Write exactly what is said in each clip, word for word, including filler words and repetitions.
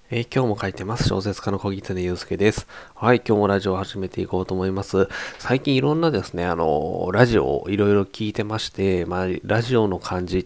えー今日も書いてます。小説家の小狐祐介です。はい、今日もラジオを始めていこうと思います。最近いろんなですね、あの、ラジオをいろいろ聞いてまして、まあ、ラジオの感じって、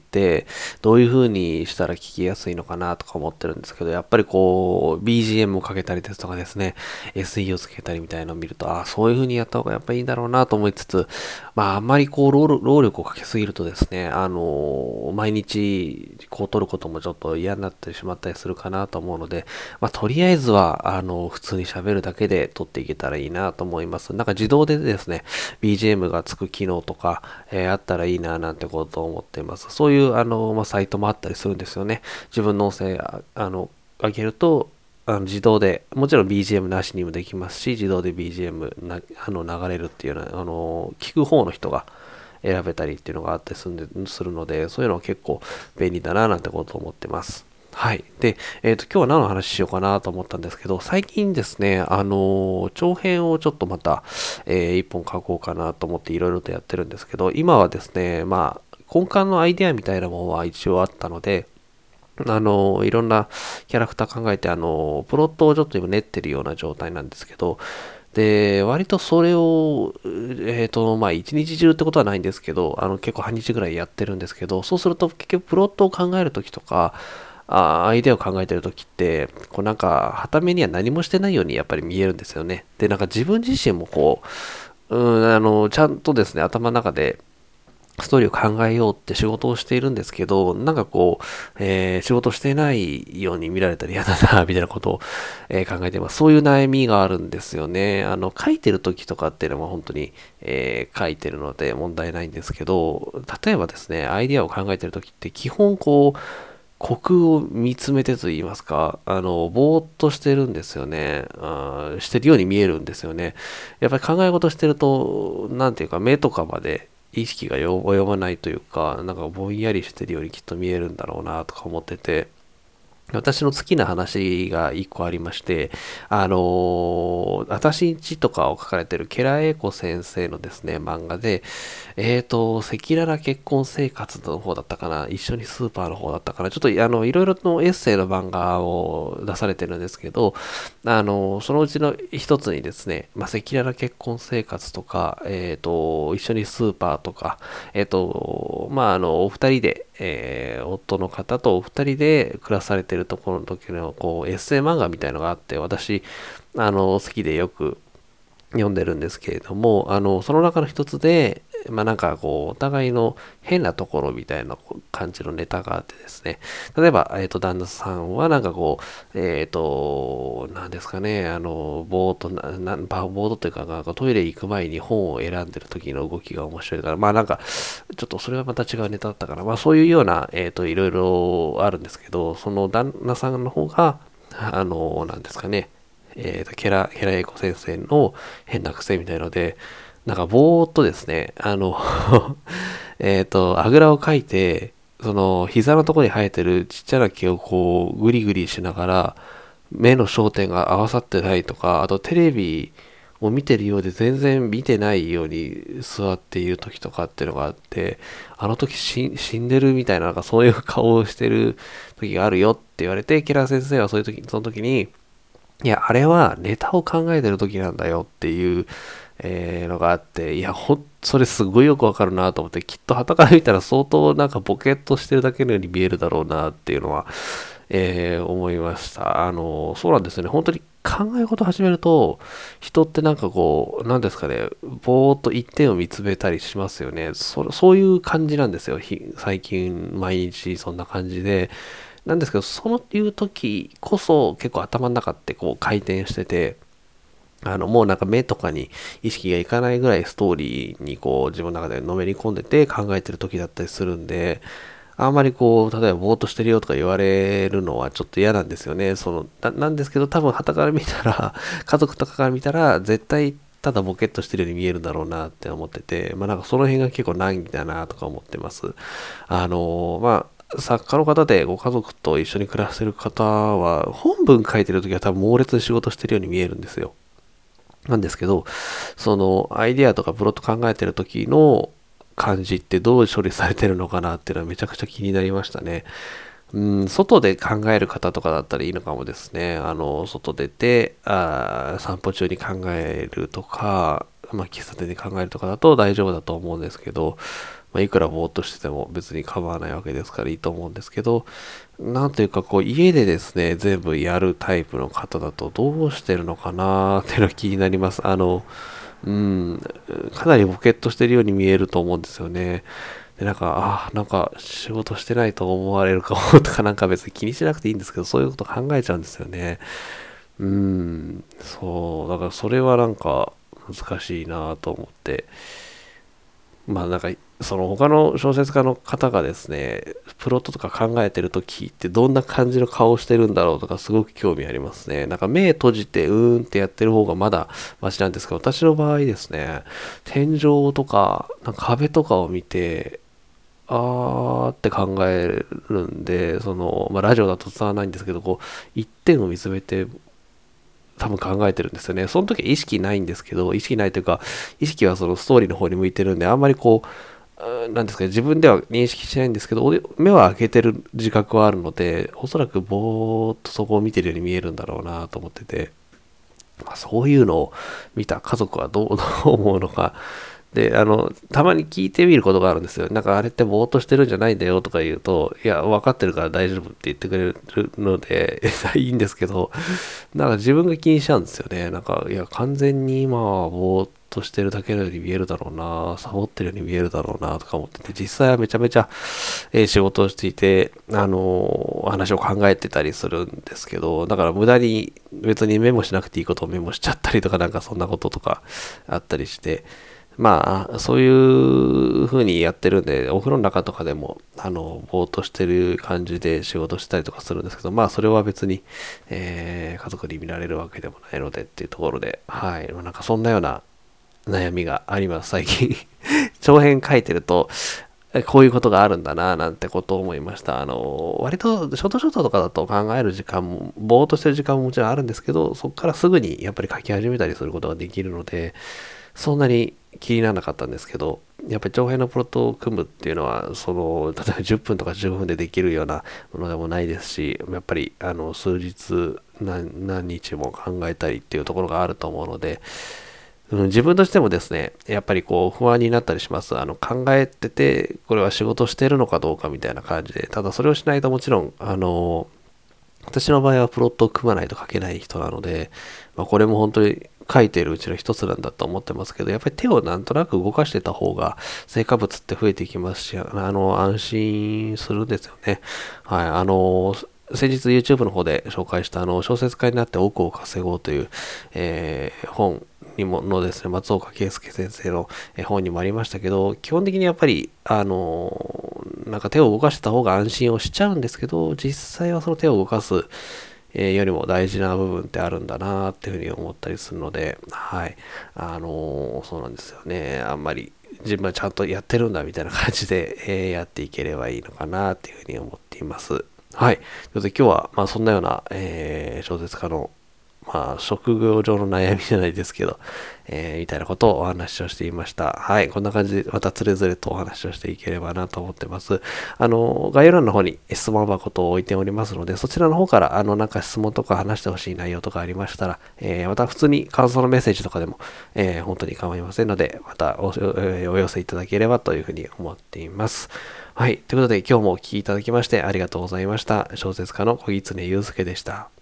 どういう風にしたら聞きやすいのかなとか思ってるんですけど、やっぱりこう、ビージーエム をかけたりですとかですね、エスイー をつけたりみたいなのを見ると、ああ、そういう風にやった方がやっぱりいいんだろうなと思いつつ、まあ、あんまりこう労力、労力をかけすぎるとですね、あの、毎日こう撮ることもちょっと嫌になってしまったりするかなと思うので、まあ、とりあえずは、あの、普通に喋るだけで撮っていけたらいいなと思います。なんか自動でですね、ビージーエム がつく機能とか、えーあったらいいななんてことを思っています。そういう、あの、まあ、サイトもあったりするんですよね。自分の音声、ああの、上げると、あの自動で、もちろん ビージーエム なしにもできますし、自動で ビージーエム なあの流れるっていうのは、あの、聞く方の人が選べたりっていうのがあってすんでするので、そういうのは結構便利だななんてことを思ってます。はい。で、えっ、と、今日は何の話しようかなと思ったんですけど、最近ですね、あのー長編をちょっとまた、えー一本書こうかなと思っていろいろとやってるんですけど、今はですね、まあ、根幹のアイデアみたいなものは一応あったので、あのーいろんなキャラクター考えて、あのープロットをちょっと今練ってるような状態なんですけど、で、割とそれを、えっ、と、まあ、一日中ってことはないんですけど、あの、結構半日ぐらいやってるんですけど、そうすると結局プロットを考えるときとか、あアイデアを考えてるときって、こうなんか、はためには何もしてないようにやっぱり見えるんですよね。で、なんか自分自身もこう、うん、あの、ちゃんとですね、頭の中で、ストーリーを考えようって仕事をしているんですけど、なんかこう、えー仕事してないように見られたら嫌だな、みたいなことを、えー考えてます。そういう悩みがあるんですよね。あの、書いてる時とかっていうのは本当に、えー書いてるので問題ないんですけど、例えばですね、アイデアを考えてる時って基本こう、虚空を見つめてと言いますか、あの、ぼーっとしてるんですよね。あーしてるように見えるんですよね。やっぱり考え事してると、なんていうか、目とかまで意識が及ばないというか、なんかぼんやりしてるようにきっと見えるんだろうなとか思ってて、私の好きな話が一個ありまして、あのー、私んちとかを書かれてるケラエイコ先生のですね、漫画で、えーと、赤裸々結婚生活の方だったかな、一緒にスーパーの方だったかな、ちょっとあの、いろいろとエッセイの漫画を出されてるんですけど、あの、そのうちの一つにですね、まあ、赤裸々結婚生活とか、えーと、一緒にスーパーとか、えーと、まあ、あの、お二人で、えー夫の方とお二人で暮らされてるところの時の、こう、エッセイ漫画みたいのがあって、私、あの、好きでよく読んでるんですけれども、あの、その中の一つで、まあなんかこう、お互いの変なところみたいな感じのネタがあってですね、例えば、えっ、と、旦那さんはなんかこう、えっ、と、なんですかね、あの、ぼーっとな、なぼーっとというか、なんかトイレ行く前に本を選んでる時の動きが面白いから、まあなんか、ちょっとそれはまた違うネタだったから、まあそういうような、えっ、と、いろいろあるんですけど、その旦那さんの方が、あの、なんですかね、えーと、ケラ、ケラエイコ先生の変な癖みたいので、なんかぼーっとですね、あのえっと、あぐらをかいて、その、膝のところに生えてるちっちゃな毛をこう、グリグリしながら、目の焦点が合わさってないとか、あとテレビを見てるようで全然見てないように座っている時とかっていうのがあって、あの時死死んでるみたいな、なんかそういう顔をしてる時があるよって言われて、ケラ先生はそういう時、その時に、いや、あれはネタを考えてる時なんだよっていう、えーのがあって、いや、ほん、それすごいよくわかるなと思って、きっと傍から見たら相当なんかボケっとしてるだけのように見えるだろうなっていうのは、えー思いました。あの、そうなんですよね。本当に考え事始めると、人ってなんかこう、なんですかね、ぼーっと一点を見つめたりしますよね。そ、そういう感じなんですよ。ひ最近、毎日そんな感じで。なんですけど、そういう時こそ結構頭の中ってこう回転してて、あの、もうなんか目とかに意識がいかないぐらいストーリーにこう自分の中でのめり込んでて考えてる時だったりするんで、あんまりこう、例えばぼーっとしてるよとか言われるのはちょっと嫌なんですよね。その、ななんですけど多分傍から見たら、家族とかから見たら絶対ただボケっとしてるように見えるんだろうなって思ってて、まあなんかその辺が結構難儀だなとか思ってます。あのまあ、作家の方でご家族と一緒に暮らしてる方は、本文書いてる時は多分猛烈に仕事してるように見えるんですよ。なんですけど、そのアイデアとかプロット考えてる時の感じってどう処理されてるのかなっていうのはめちゃくちゃ気になりましたね。 うん、外で考える方とかだったらいいのかもですね。あの、外出て、あー散歩中に考えるとか、まあ、喫茶店で考えるとかだと大丈夫だと思うんですけど、まあ、いくらぼーっとしてても別に構わないわけですからいいと思うんですけど、なんというかこう家でですね、全部やるタイプの方だとどうしてるのかなーっていうのが気になります。あの、うん、かなりボケっとしてるように見えると思うんですよね。で、なんか、あ、なんか仕事してないと思われるかもとかなんか別に気にしなくていいんですけど、そういうこと考えちゃうんですよね。うん、そう、だからそれはなんか難しいなと思って、まあなんか、その他の小説家の方がですね、プロットとか考えてるときってどんな感じの顔してるんだろうとかすごく興味ありますね。なんか目閉じてうーんってやってる方がまだマシなんですけど、私の場合ですね、天井とか、なんか壁とかを見て、あーって考えるんで、その、まあラジオだと伝わらないんですけど、こう、一点を見つめて多分考えてるんですよね。その時は意識ないんですけど、意識ないというか、意識はそのストーリーの方に向いてるんで、あんまりこう、なんですかね、自分では認識しないんですけど、目は開けてる自覚はあるので、おそらくぼーっとそこを見てるように見えるんだろうなと思ってて、まあ、そういうのを見た家族はどう、どう思うのか。で、あの、たまに聞いてみることがあるんですよ。なんかあれってぼーっとしてるんじゃないんだよとか言うと、いや、分かってるから大丈夫って言ってくれるので、いいんですけど、なんか自分が気にしちゃうんですよね。なんか、いや、完全に今はぼーっとしてるだけのように見えるだろうな、サボってるように見えるだろうな、とか思ってて、実際はめちゃめちゃ、えー仕事をしていて、あのー話を考えてたりするんですけど、だから無駄に別にメモしなくていいことをメモしちゃったりとか、なんかそんなこととかあったりして、まあ、そういう風にやってるんで、お風呂の中とかでも、あの、ぼーっとしてる感じで仕事したりとかするんですけど、まあ、それは別に、えー家族に見られるわけでもないのでっていうところで、はい、なんかそんなような悩みがあります、最近。長編書いてると、こういうことがあるんだな、なんてことを思いました。あの、割と、ショートショートとかだと考える時間も、ぼーっとしてる時間ももちろんあるんですけど、そこからすぐにやっぱり書き始めたりすることができるので、そんなに気にならなかったんですけど、やっぱり長編のプロットを組むっていうのは、その、例えばじゅっぷんとかじゅうごふんでできるようなものでもないですし、やっぱり、あの、数日何、何日も考えたりっていうところがあると思うので、うん、自分としてもですね、やっぱりこう不安になったりします。あの考えてて、これは仕事してるのかどうかみたいな感じで、ただそれをしないともちろん、あの、私の場合はプロットを組まないと書けない人なので、まあ、これも本当に書いているうちの一つなんだと思ってますけど、やっぱり手をなんとなく動かしてた方が成果物って増えていきますし、あの、安心するんですよね。はい、あの、先日 YouTube の方で紹介したあの小説家になって億を稼ごうという、えー本にものですね、松岡圭介先生の本にもありましたけど、基本的にやっぱり、あの、なんか手を動かしてた方が安心をしちゃうんですけど、実際はその手を動かす、えーよりも大事な部分ってあるんだなっていうふうに思ったりするので、はい。あのーそうなんですよね。あんまり自分はちゃんとやってるんだみたいな感じで、えーやっていければいいのかなっていうふうに思っています。はい。ということで今日は、まあそんなような、えー小説家のまあ、職業上の悩みじゃないですけど、えーみたいなことをお話をしていました。はい。こんな感じで、またつれづれとお話をしていければなと思ってます。あの、概要欄の方に質問箱と置いておりますので、そちらの方から、あの、なんか質問とか話してほしい内容とかありましたら、えーまた普通に感想のメッセージとかでも、えー本当に構いませんので、またお、えーお寄せいただければというふうに思っています。はい。ということで、今日もお聴きいただきましてありがとうございました。小説家の小狐祐介でした。